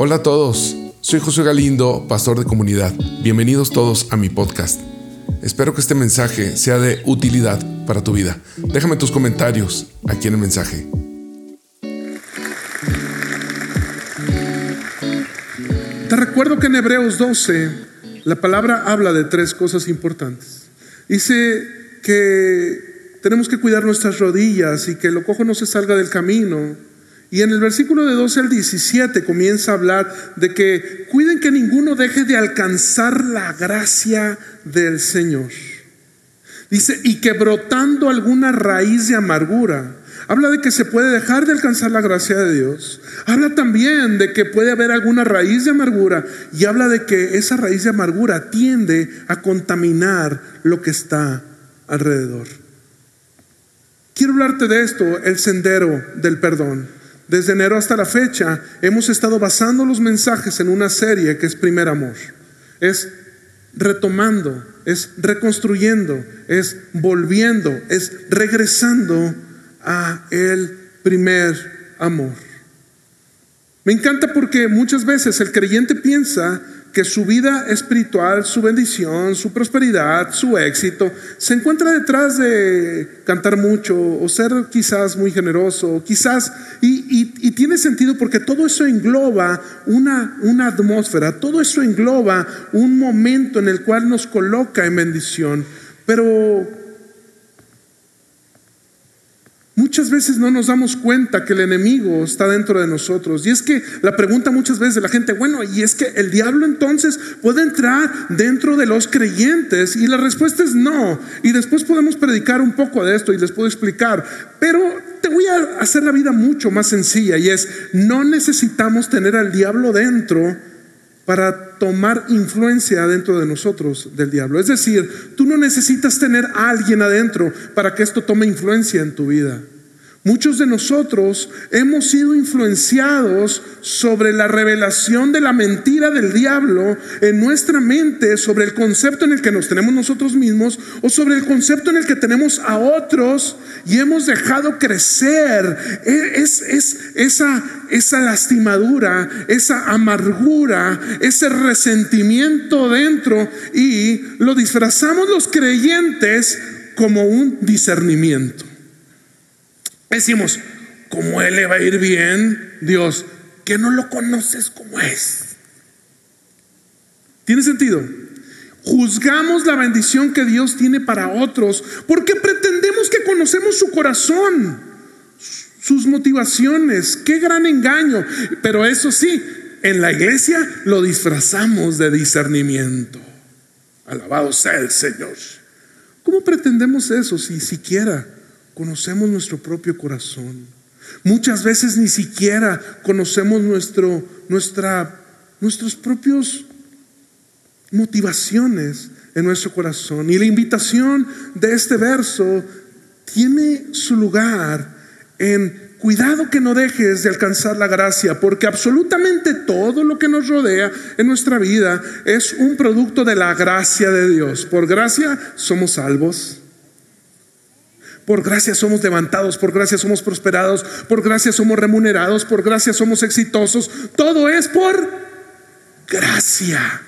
Hola a todos, soy Josué Galindo, pastor de comunidad. Bienvenidos todos a mi podcast. Espero que este mensaje sea de utilidad para tu vida. Déjame tus comentarios aquí en el mensaje. Te recuerdo que en Hebreos 12 la palabra habla de tres cosas importantes. Dice que tenemos que cuidar nuestras rodillas y que lo cojo no se salga del camino. Y en el versículo de 12 al 17 comienza a hablar de que cuiden que ninguno deje de alcanzar la gracia del Señor. Dice, y que brotando alguna raíz de amargura. Habla de que se puede dejar de alcanzar la gracia de Dios. Habla también de que puede haber alguna raíz de amargura. Y habla de que esa raíz de amargura tiende a contaminar lo que está alrededor. Quiero hablarte de esto, el sendero del perdón. Desde enero hasta la fecha hemos estado basando los mensajes en una serie que es Primer Amor. Es retomando, es reconstruyendo, es volviendo, es regresando a el primer amor. Me encanta porque muchas veces el creyente piensa que su vida espiritual, su bendición, su prosperidad, su éxito se encuentra detrás de cantar mucho o ser quizás muy generoso, quizás, y tiene sentido porque todo eso engloba una atmósfera, todo eso engloba un momento en el cual nos coloca en bendición, pero muchas veces no nos damos cuenta que el enemigo está dentro de nosotros. Y es que la pregunta muchas veces de la gente, bueno, ¿y es que el diablo entonces puede entrar dentro de los creyentes? Y la respuesta es no. Y después podemos predicar un poco de esto y les puedo explicar. Pero te voy a hacer la vida mucho más sencilla. Y es, no necesitamos tener al diablo dentro para tomar influencia dentro de nosotros del diablo. Es decir, tú no necesitas tener a alguien adentro para que esto tome influencia en tu vida. Muchos de nosotros hemos sido influenciados sobre la revelación de la mentira del diablo en nuestra mente, sobre el concepto en el que nos tenemos nosotros mismos o sobre el concepto en el que tenemos a otros, y hemos dejado crecer esa lastimadura, esa amargura, ese resentimiento dentro, y lo disfrazamos los creyentes como un discernimiento. Decimos, ¿cómo a él le va a ir bien? Dios, que no lo conoces como es. ¿Tiene sentido? Juzgamos la bendición que Dios tiene para otros porque pretendemos que conocemos su corazón, sus motivaciones. ¡Qué gran engaño! Pero eso sí, en la iglesia lo disfrazamos de discernimiento. Alabado sea el Señor. ¿Cómo pretendemos eso si siquiera conocemos nuestro propio corazón? Muchas veces ni siquiera conocemos nuestros propios motivaciones en nuestro corazón. Y la invitación de este verso tiene su lugar en cuidado que no dejes de alcanzar la gracia, porque absolutamente todo lo que nos rodea en nuestra vida es un producto de la gracia de Dios. Por gracia somos salvos. Por gracia somos levantados, por gracia somos prosperados, por gracia somos remunerados, por gracia somos exitosos. Todo es por gracia.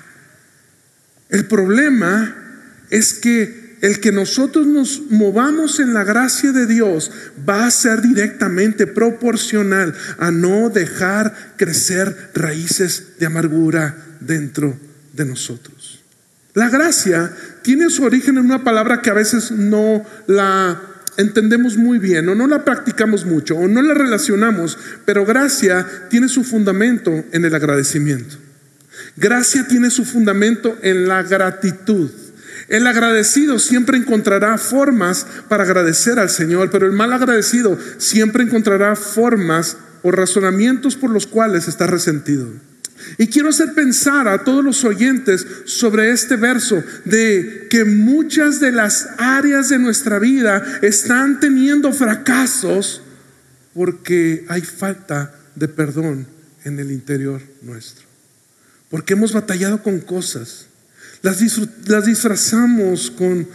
El problema es que el que nosotros nos movamos en la gracia de Dios va a ser directamente proporcional a no dejar crecer raíces de amargura dentro de nosotros. La gracia tiene su origen en una palabra que a veces no la entendemos muy bien, o no la practicamos mucho, o no la relacionamos, pero gracia tiene su fundamento en el agradecimiento. Gracia tiene su fundamento en la gratitud. El agradecido siempre encontrará formas para agradecer al Señor, pero el mal agradecido siempre encontrará formas o razonamientos por los cuales está resentido. Y quiero hacer pensar a todos los oyentes sobre este verso de que muchas de las áreas de nuestra vida están teniendo fracasos porque hay falta de perdón en el interior nuestro. Porque hemos batallado con cosas, las disfrazamos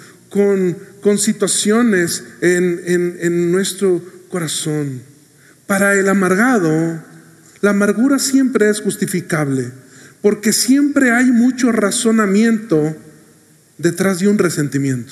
con situaciones en nuestro corazón. Para el amargado, La amargura siempre es justificable, porque siempre hay mucho razonamiento detrás de un resentimiento.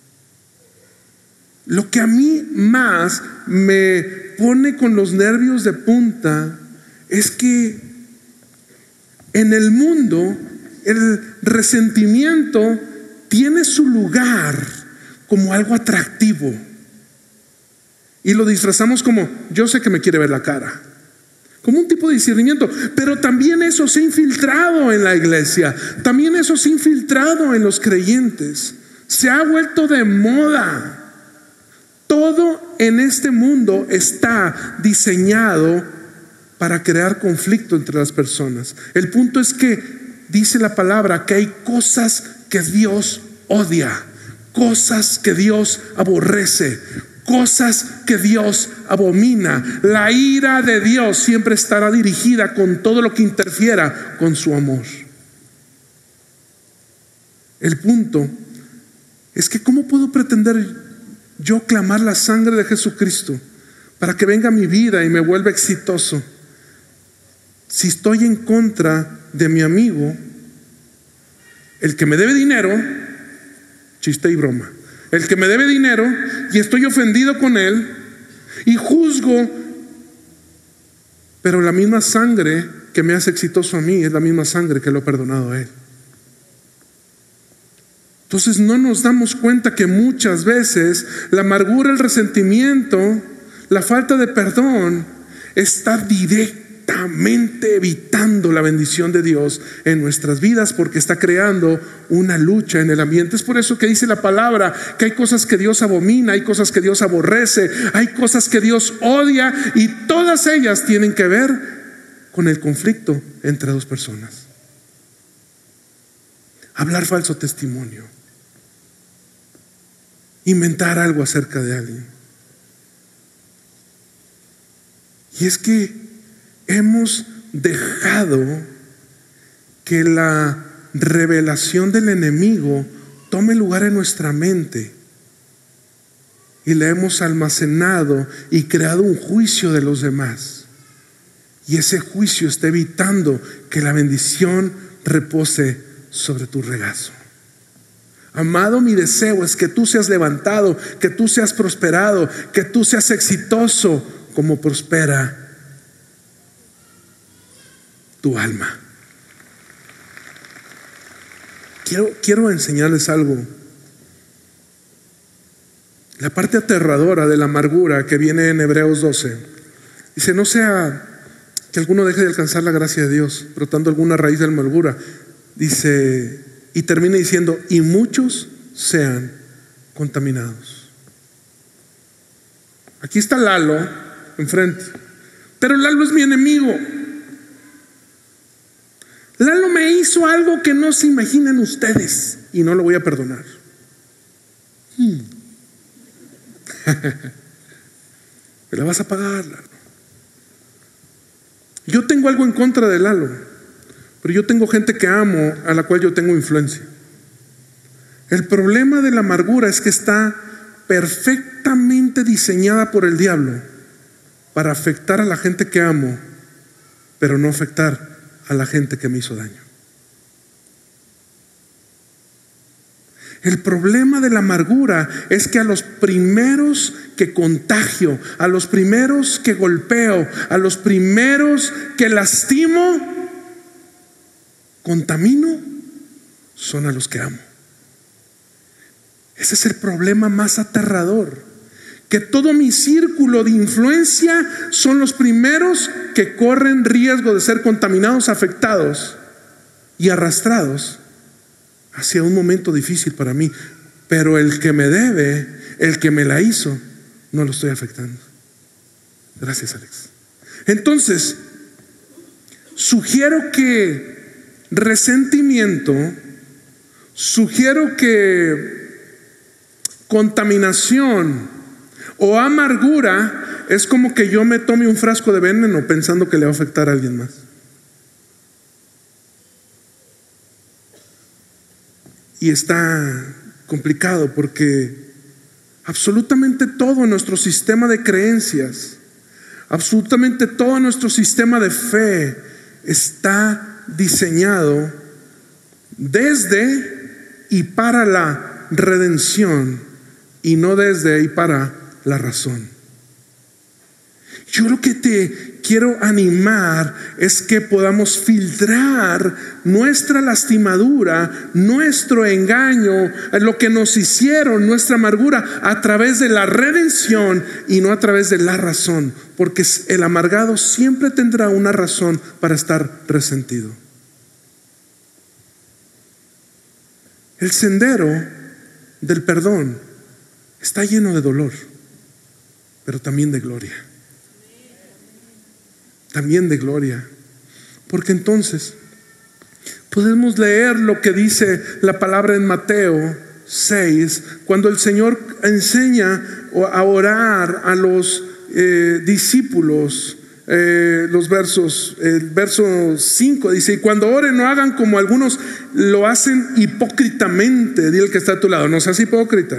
Lo que a mí más me pone con los nervios de punta es que en el mundo el resentimiento tiene su lugar como algo atractivo y lo disfrazamos como: yo sé que me quiere ver la cara, como un tipo de discernimiento. Pero también eso se ha infiltrado en la iglesia, también eso se ha infiltrado en los creyentes, se ha vuelto de moda. Todo en este mundo está diseñado para crear conflicto entre las personas. El punto es que dice la palabra que hay cosas que Dios odia, cosas que Dios aborrece, cosas que Dios abomina. La ira de Dios siempre estará dirigida con todo lo que interfiera con su amor. El punto es que ¿cómo puedo pretender yo clamar la sangre de Jesucristo para que venga a mi vida y me vuelva exitoso si estoy en contra de mi amigo, el que me debe dinero, chiste y broma, el que me debe dinero, y estoy ofendido con él y juzgo, pero la misma sangre que me hace exitoso a mí es la misma sangre que lo ha perdonado a él? Entonces no nos damos cuenta que muchas veces la amargura, el resentimiento, la falta de perdón está directamente evitando la bendición de Dios en nuestras vidas, porque está creando una lucha en el ambiente. Es por eso que dice la palabra que hay cosas que Dios abomina, hay cosas que Dios aborrece, hay cosas que Dios odia, y todas ellas tienen que ver con el conflicto entre dos personas. Hablar falso testimonio, inventar algo acerca de alguien. Y es que hemos dejado que la revelación del enemigo tome lugar en nuestra mente, y le hemos almacenado y creado un juicio de los demás, y ese juicio está evitando que la bendición repose sobre tu regazo. Amado, mi deseo es que tú seas levantado, que tú seas prosperado, que tú seas exitoso como prospera tu alma. Quiero enseñarles algo. La parte aterradora de la amargura que viene en Hebreos 12 dice: no sea que alguno deje de alcanzar la gracia de Dios, brotando alguna raíz de la amargura. Dice, y termina diciendo: y muchos sean contaminados. Aquí está Lalo enfrente, pero Lalo es mi enemigo. Lalo me hizo algo que no se imaginan ustedes, y no lo voy a perdonar. Me la vas a pagar, Lalo. Yo tengo algo en contra de Lalo, pero yo tengo gente que amo, a la cual yo tengo influencia. El problema de la amargura es que está perfectamente diseñada por el diablo para afectar a la gente que amo, pero no afectar a la gente que me hizo daño. El problema de la amargura es que a los primeros que contagio, a los primeros que golpeo, a los primeros que lastimo, contamino, son a los que amo. Ese es el problema más aterrador, que todo mi círculo de influencia son los primeros que corren riesgo de ser contaminados, afectados y arrastrados hacia un momento difícil para mí. Pero el que me debe, el que me la hizo, no lo estoy afectando. Gracias, Alex. Entonces, sugiero que resentimiento, sugiero que contaminación o amargura es como que yo me tome un frasco de veneno pensando que le va a afectar a alguien más. Y está complicado porque absolutamente todo nuestro sistema de creencias, Absolutamente todo nuestro sistema de fe está diseñado desde y para la redención y no desde y para la razón. Yo lo que te quiero animar es que podamos filtrar nuestra lastimadura, nuestro engaño, lo que nos hicieron, nuestra amargura, a través de la redención y no a través de la razón, porque el amargado siempre tendrá una razón para estar resentido. El sendero del perdón está lleno de dolor, pero también de gloria. También de gloria. Porque entonces podemos leer lo que dice la palabra en Mateo 6, cuando el Señor enseña a orar a los discípulos. El verso 5 dice: y cuando oren no hagan como algunos lo hacen hipócritamente. Dile al que está a tu lado: no seas hipócrita.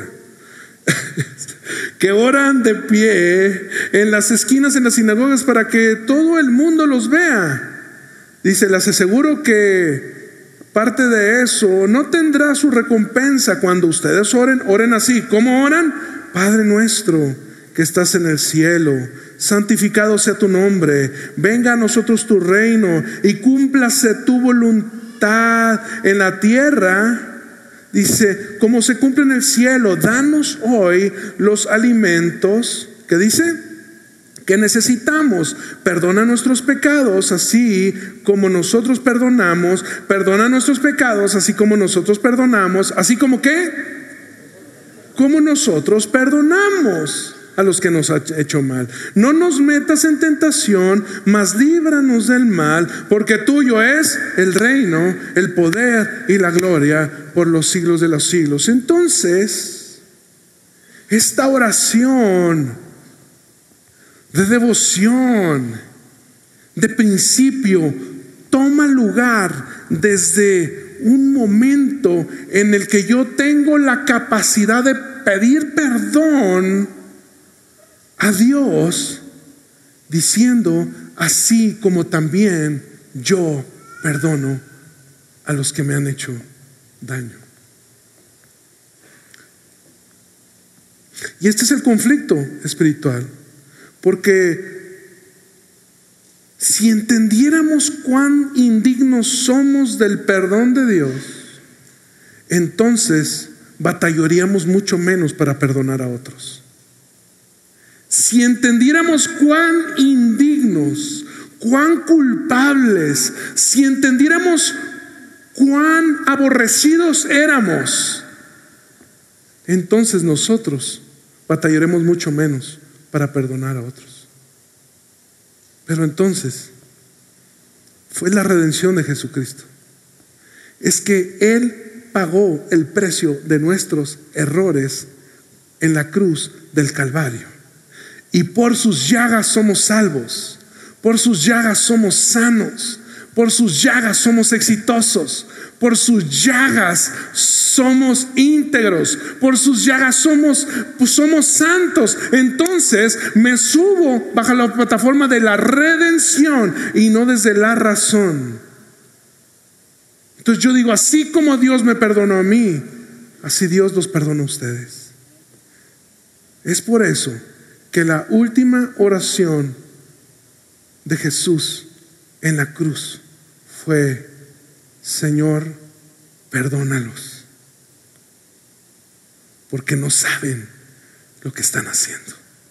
Que oran de pie en las esquinas, en las sinagogas, para que todo el mundo los vea. Dice: les aseguro que parte de eso no tendrá su recompensa. Cuando ustedes oren, oren así. ¿Cómo oran? Padre nuestro que estás en el cielo, santificado sea tu nombre, venga a nosotros tu reino y cúmplase tu voluntad en la tierra. Dice, como se cumple en el cielo. Danos hoy los alimentos, ¿qué dice? Que necesitamos. Perdona nuestros pecados, así como nosotros perdonamos. Perdona nuestros pecados, así como nosotros perdonamos. Así como ¿qué? Como nosotros perdonamos a los que nos han hecho mal. No nos metas en tentación, mas líbranos del mal, porque tuyo es el reino, el poder y la gloria por los siglos de los siglos. Entonces, esta oración de devoción, de principio, toma lugar desde un momento en el que yo tengo la capacidad de pedir perdón a Dios, diciendo: así como también yo perdono a los que me han hecho daño. Y este es el conflicto espiritual, porque si entendiéramos cuán indignos somos del perdón de Dios, entonces batallaríamos mucho menos para perdonar a otros. Si entendiéramos cuán indignos, cuán culpables, si entendiéramos cuán aborrecidos éramos, entonces nosotros batallaremos mucho menos para perdonar a otros. Pero entonces fue la redención de Jesucristo. Es que Él pagó el precio de nuestros errores en la cruz del Calvario. Y por sus llagas somos salvos, por sus llagas somos sanos, por sus llagas somos exitosos, por sus llagas somos íntegros, por sus llagas somos santos. Entonces me subo bajo la plataforma de la redención y no desde la razón. Entonces yo digo: así como Dios me perdonó a mí, así Dios los perdona a ustedes. Es por eso que la última oración de Jesús en la cruz fue: Señor, perdónalos, porque no saben lo que están haciendo.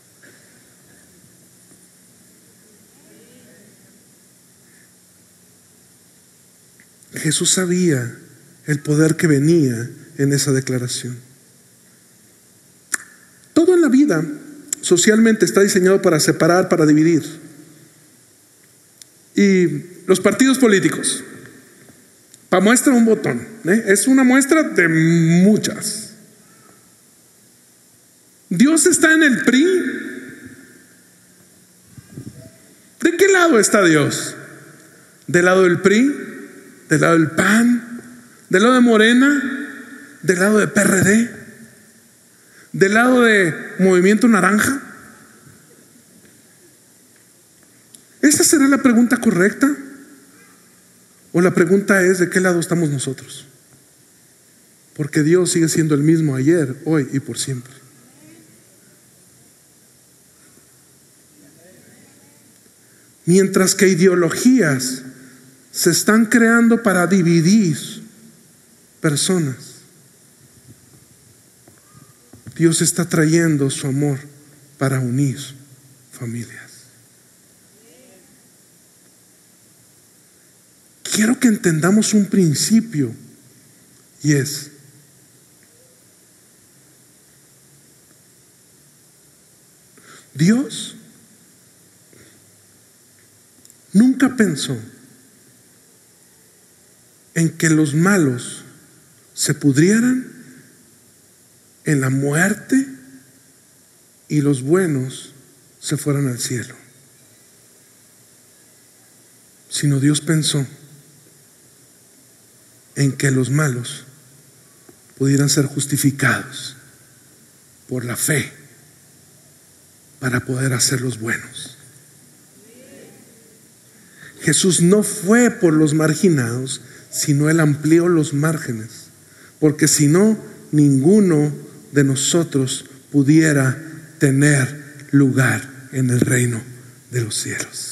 Jesús sabía el poder que venía en esa declaración. Todo en la vida socialmente está diseñado para separar, para dividir. Y los partidos políticos, para muestra un botón, es una muestra de muchas. Dios está en el PRI. ¿De qué lado está Dios? ¿Del lado del PRI? ¿Del lado del PAN? ¿Del lado de Morena? ¿Del lado de PRD? ¿Del lado de Movimiento Naranja? ¿Esa será la pregunta correcta? ¿O la pregunta es de qué lado estamos nosotros? Porque Dios sigue siendo el mismo ayer, hoy y por siempre. Mientras que ideologías se están creando para dividir personas, Dios está trayendo su amor para unir familias. Quiero que entendamos un principio, y es: Dios nunca pensó en que los malos se pudrieran en la muerte y los buenos se fueran al cielo, sino Dios pensó en que los malos pudieran ser justificados por la fe para poder hacerlos buenos. Jesús no fue por los marginados, sino Él amplió los márgenes, porque si no, ninguno de nosotros pudiera tener lugar en el reino de los cielos.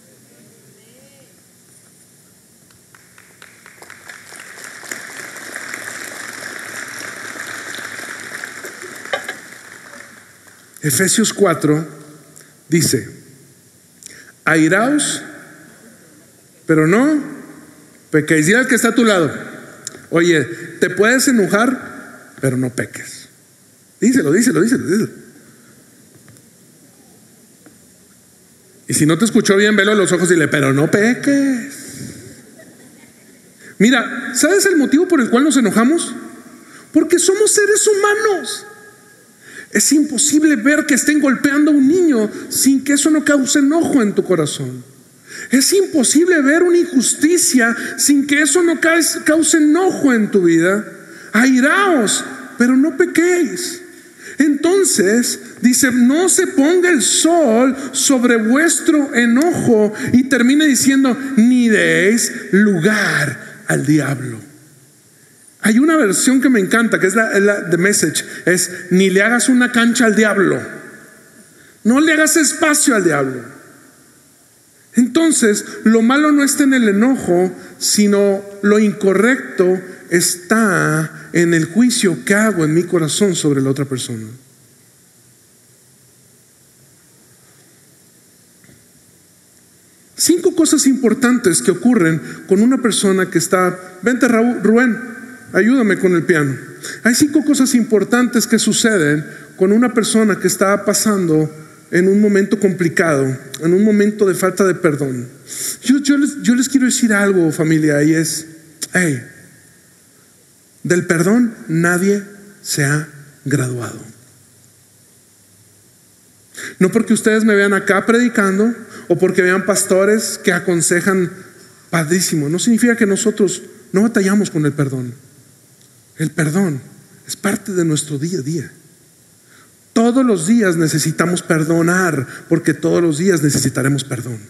Efesios 4 dice: airaos, pero no pequéis. Dile al que está a tu lado: oye, te puedes enojar, pero no peques. Díselo. Y si no te escuchó bien, velo a los ojos y dile: pero no peques. Mira, ¿sabes el motivo por el cual nos enojamos? Porque somos seres humanos. Es imposible ver que estén golpeando a un niño sin que eso no cause enojo en tu corazón. Es imposible ver una injusticia sin que eso no cause enojo en tu vida. Airaos, pero no pequéis. Entonces dice: no se ponga el sol sobre vuestro enojo, y termina diciendo: ni deis lugar al diablo. Hay una versión que me encanta, que es la The Message. Es: ni le hagas una cancha al diablo, no le hagas espacio al diablo. Entonces, lo malo no está en el enojo, sino lo incorrecto está en el juicio que hago en mi corazón sobre la otra persona. Cinco cosas importantes que ocurren con una persona que está... Vente, Rubén, ayúdame con el piano. Hay 5 cosas importantes que suceden con una persona que está pasando en un momento complicado, en un momento de falta de perdón. Yo les quiero decir algo, familia, y es: hey, del perdón nadie se ha graduado. No porque ustedes me vean acá predicando o porque vean pastores que aconsejan padrísimo, no significa que nosotros no batallamos con el perdón. El perdón es parte de nuestro día a día. Todos los días necesitamos perdonar, porque todos los días necesitaremos perdón.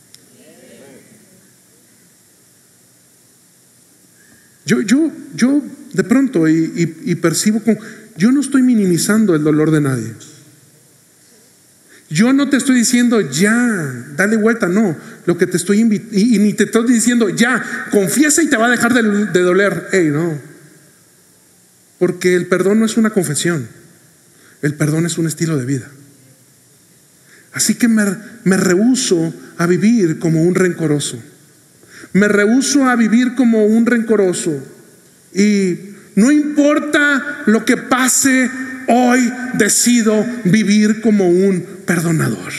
Yo de pronto y percibo yo no estoy minimizando el dolor de nadie. Yo no te estoy diciendo ya, dale vuelta, no. Lo que te estoy y ni te estoy diciendo ya, confiesa y te va a dejar de doler. No. Porque el perdón no es una confesión. El perdón es un estilo de vida. Así que me rehúso a vivir como un rencoroso. Me rehúso a vivir como un rencoroso. Y no importa lo que pase, hoy decido vivir como un perdonador.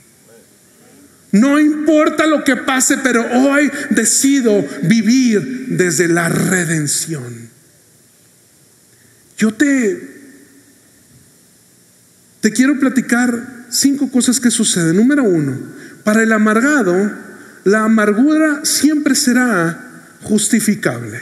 No importa lo que pase, pero hoy decido vivir desde la redención. Yo te quiero platicar 5 cosas que suceden. Número 1, para el amargado, la amargura siempre será justificable.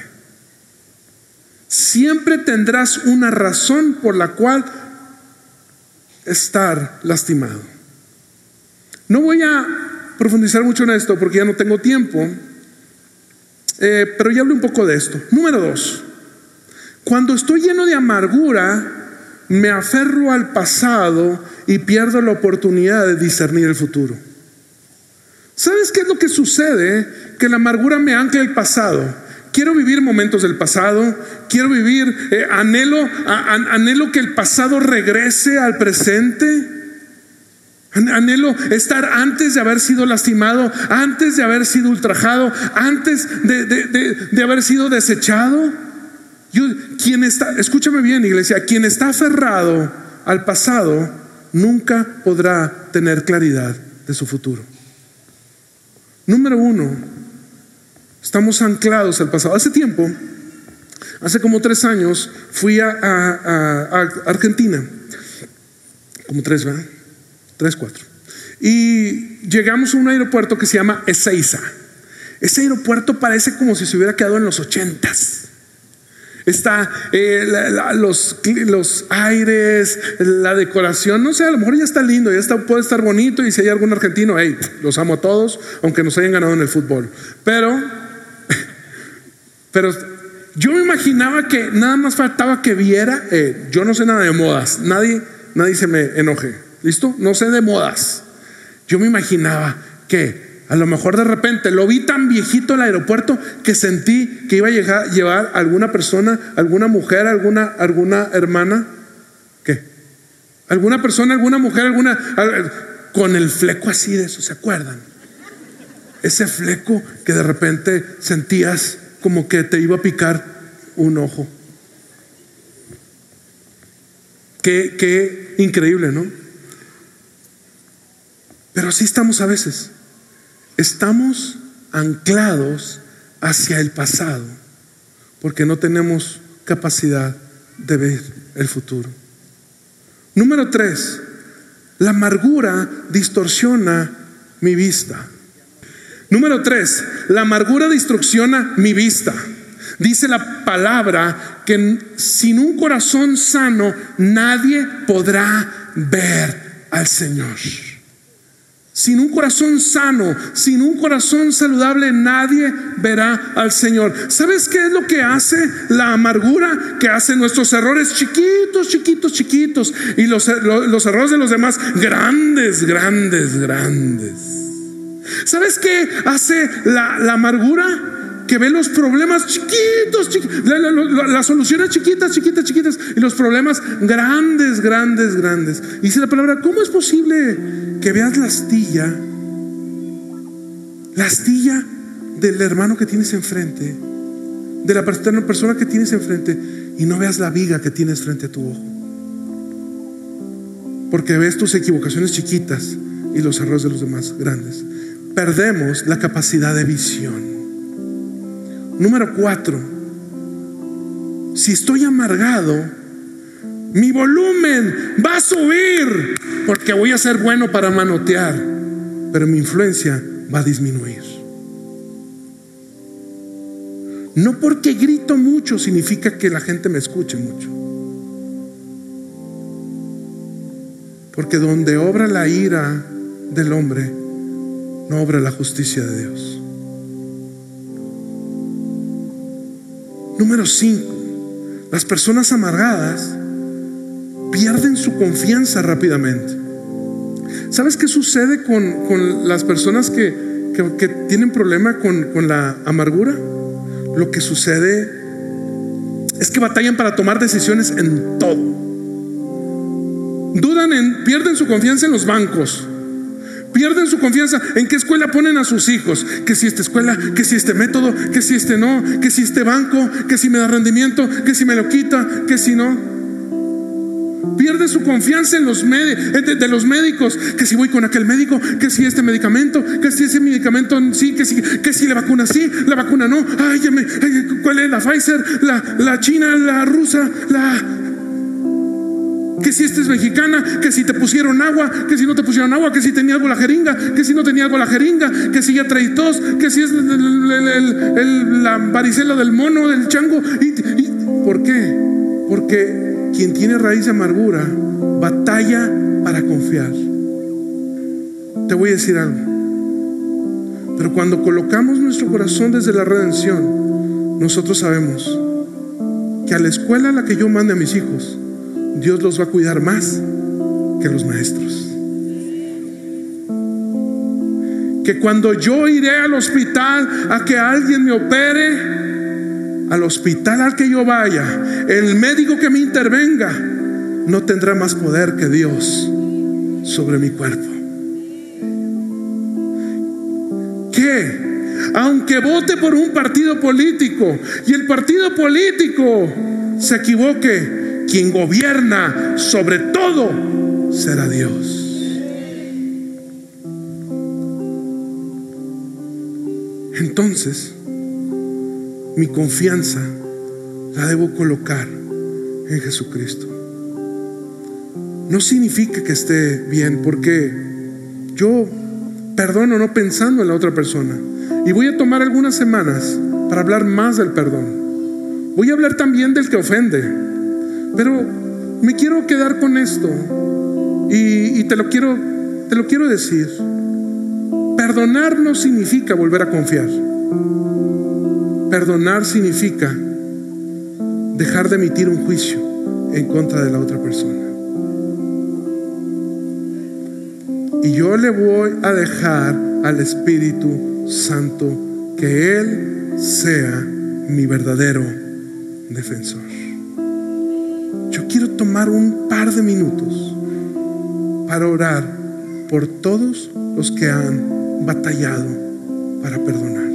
Siempre tendrás una razón por la cual estar lastimado. No voy a profundizar mucho en esto porque ya no tengo tiempo, pero ya hablé un poco de esto. Número 2, cuando estoy lleno de amargura, me aferro al pasado y pierdo la oportunidad de discernir el futuro. ¿Sabes qué es lo que sucede? Que la amargura me ancla el pasado. Quiero vivir momentos del pasado, quiero vivir, anhelo que el pasado regrese al presente. Anhelo estar antes de haber sido lastimado, antes de haber sido ultrajado, antes de haber sido desechado. Escúchame bien, iglesia, quien está aferrado al pasado nunca podrá tener claridad de su futuro. Número 1, estamos anclados al pasado. Hace como 3 años, fui a Argentina. Como 3, ¿verdad? 3, 4. Y llegamos a un aeropuerto que se llama Ezeiza. Ese aeropuerto parece como si se hubiera quedado en los 80s. Está los aires, la decoración, no sé, a lo mejor ya está lindo, puede estar bonito. Y si hay algún argentino, hey, los amo a todos, aunque nos hayan ganado en el fútbol. Pero yo me imaginaba que nada más faltaba que viera, yo no sé nada de modas, nadie se me enoje, ¿listo? No sé de modas. Yo me imaginaba que a lo mejor de repente lo vi tan viejito el aeropuerto que sentí que iba a llevar alguna persona, alguna mujer, alguna hermana, ¿qué? Alguna persona, alguna mujer, con el fleco así de eso, ¿se acuerdan? Ese fleco que de repente sentías como que te iba a picar un ojo. Qué increíble, ¿no? Pero así estamos a veces. Estamos anclados hacia el pasado porque no tenemos capacidad de ver el futuro. Número 3, la amargura distorsiona mi vista. Número 3, la amargura distorsiona mi vista. Dice la palabra que sin un corazón sano nadie podrá ver al Señor. Sin un corazón sano, sin un corazón saludable, nadie verá al Señor. ¿Sabes qué es lo que hace la amargura? Que hace nuestros errores chiquitos, chiquitos, chiquitos, y los errores de los demás grandes, grandes, grandes. ¿Sabes qué hace la amargura? Que ve los problemas chiquitos, las soluciones chiquitas, chiquitas, chiquitas, y los problemas grandes, grandes, grandes. Y dice la palabra, ¿cómo es posible que veas la astilla del hermano que tienes enfrente, de la persona que tienes enfrente, y no veas la viga que tienes frente a tu ojo? Porque ves tus equivocaciones chiquitas y los errores de los demás grandes. Perdemos la capacidad de visión. Número 4, si estoy amargado, mi volumen va a subir porque voy a ser bueno para manotear, pero mi influencia va a disminuir. No porque grito mucho significa que la gente me escuche mucho, porque donde obra la ira del hombre, no obra la justicia de Dios. Número 5, las personas amargadas pierden su confianza rápidamente. ¿Sabes qué sucede con las personas que tienen problema con la amargura? Lo que sucede es que batallan para tomar decisiones en todo. Pierden su confianza en los bancos. Pierden su confianza en qué escuela ponen a sus hijos. Que si esta escuela, que si este método, que si este no, que si este banco, que si me da rendimiento, que si me lo quita, que si no. Pierde su confianza en los médicos. Que si voy con aquel médico, que si este medicamento, que si ese medicamento sí, que si la vacuna sí, la vacuna no. ¿Cuál es la Pfizer, la china, la rusa, que si esta es mexicana, que si te pusieron agua, que si no te pusieron agua, que si tenía algo la jeringa, que si no tenía algo la jeringa, que si ya trae tos, que si es la varicela del mono, del chango. ¿Por qué? Porque quien tiene raíz de amargura batalla para confiar. Te voy a decir algo. Pero cuando colocamos nuestro corazón desde la redención, nosotros sabemos que a la escuela a la que yo mande a mis hijos, Dios los va a cuidar más que los maestros. Que cuando yo iré al hospital a que alguien me opere, al hospital al que yo vaya, el médico que me intervenga no tendrá más poder que Dios sobre mi cuerpo. Que aunque vote por un partido político y el partido político se equivoque, quien gobierna sobre todo será Dios. Entonces, mi confianza la debo colocar en Jesucristo. No significa que esté bien, porque yo perdono no pensando en la otra persona. Y voy a tomar algunas semanas para hablar más del perdón. Voy a hablar también del que ofende. Pero me quiero quedar con esto y te lo quiero decir. Perdonar no significa volver a confiar. Perdonar significa dejar de emitir un juicio en contra de la otra persona. Y yo le voy a dejar al Espíritu Santo que Él sea mi verdadero defensor. Yo quiero tomar un par de minutos para orar por todos los que han batallado para perdonar.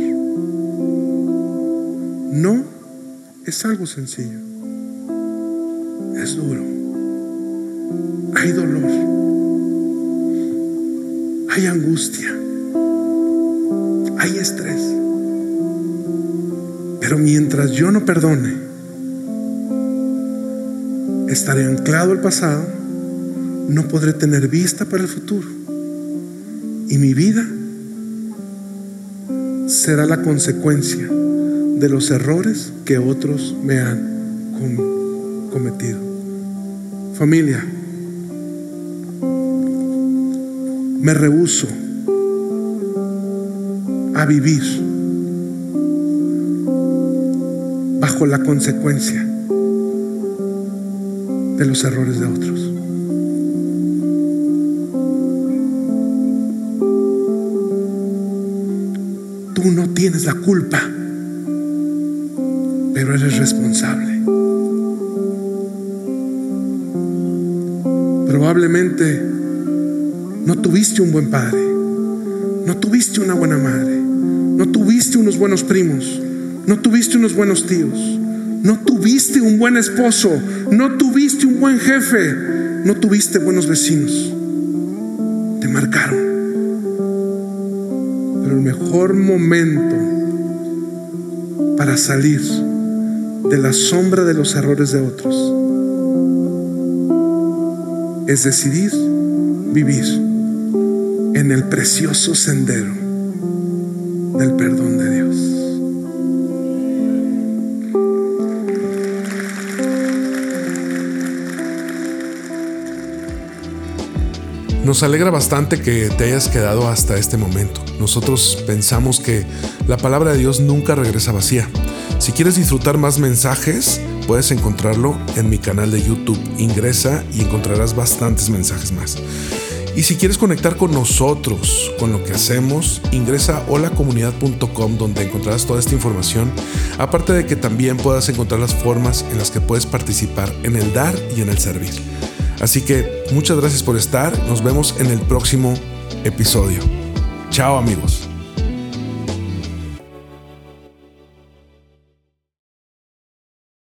No es algo sencillo, es duro. Hay dolor, hay angustia, hay estrés. Pero mientras yo no perdone, estaré anclado al pasado, no podré tener vista para el futuro, y mi vida será la consecuencia de los errores que otros me han cometido. Familia, me rehúso a vivir bajo la consecuencia de los errores de otros. Tú no tienes la culpa, pero eres responsable. Probablemente no tuviste un buen padre, no tuviste una buena madre, no tuviste unos buenos primos, no tuviste unos buenos tíos, no tuviste un buen esposo, no tuviste un buen jefe, no tuviste buenos vecinos. Te marcaron. Pero el mejor momento para salir de la sombra de los errores de otros es decidir vivir en el precioso sendero del perdón de Dios. Nos alegra bastante que te hayas quedado hasta este momento. Nosotros pensamos que la palabra de Dios nunca regresa vacía. Si quieres disfrutar más mensajes, puedes encontrarlo en mi canal de YouTube. Ingresa y encontrarás bastantes mensajes más. Y si quieres conectar con nosotros, con lo que hacemos, ingresa a holacomunidad.com, donde encontrarás toda esta información. Aparte de que también puedas encontrar las formas en las que puedes participar en el dar y en el servir. Así que muchas gracias por estar. Nos vemos en el próximo episodio. Chao, amigos.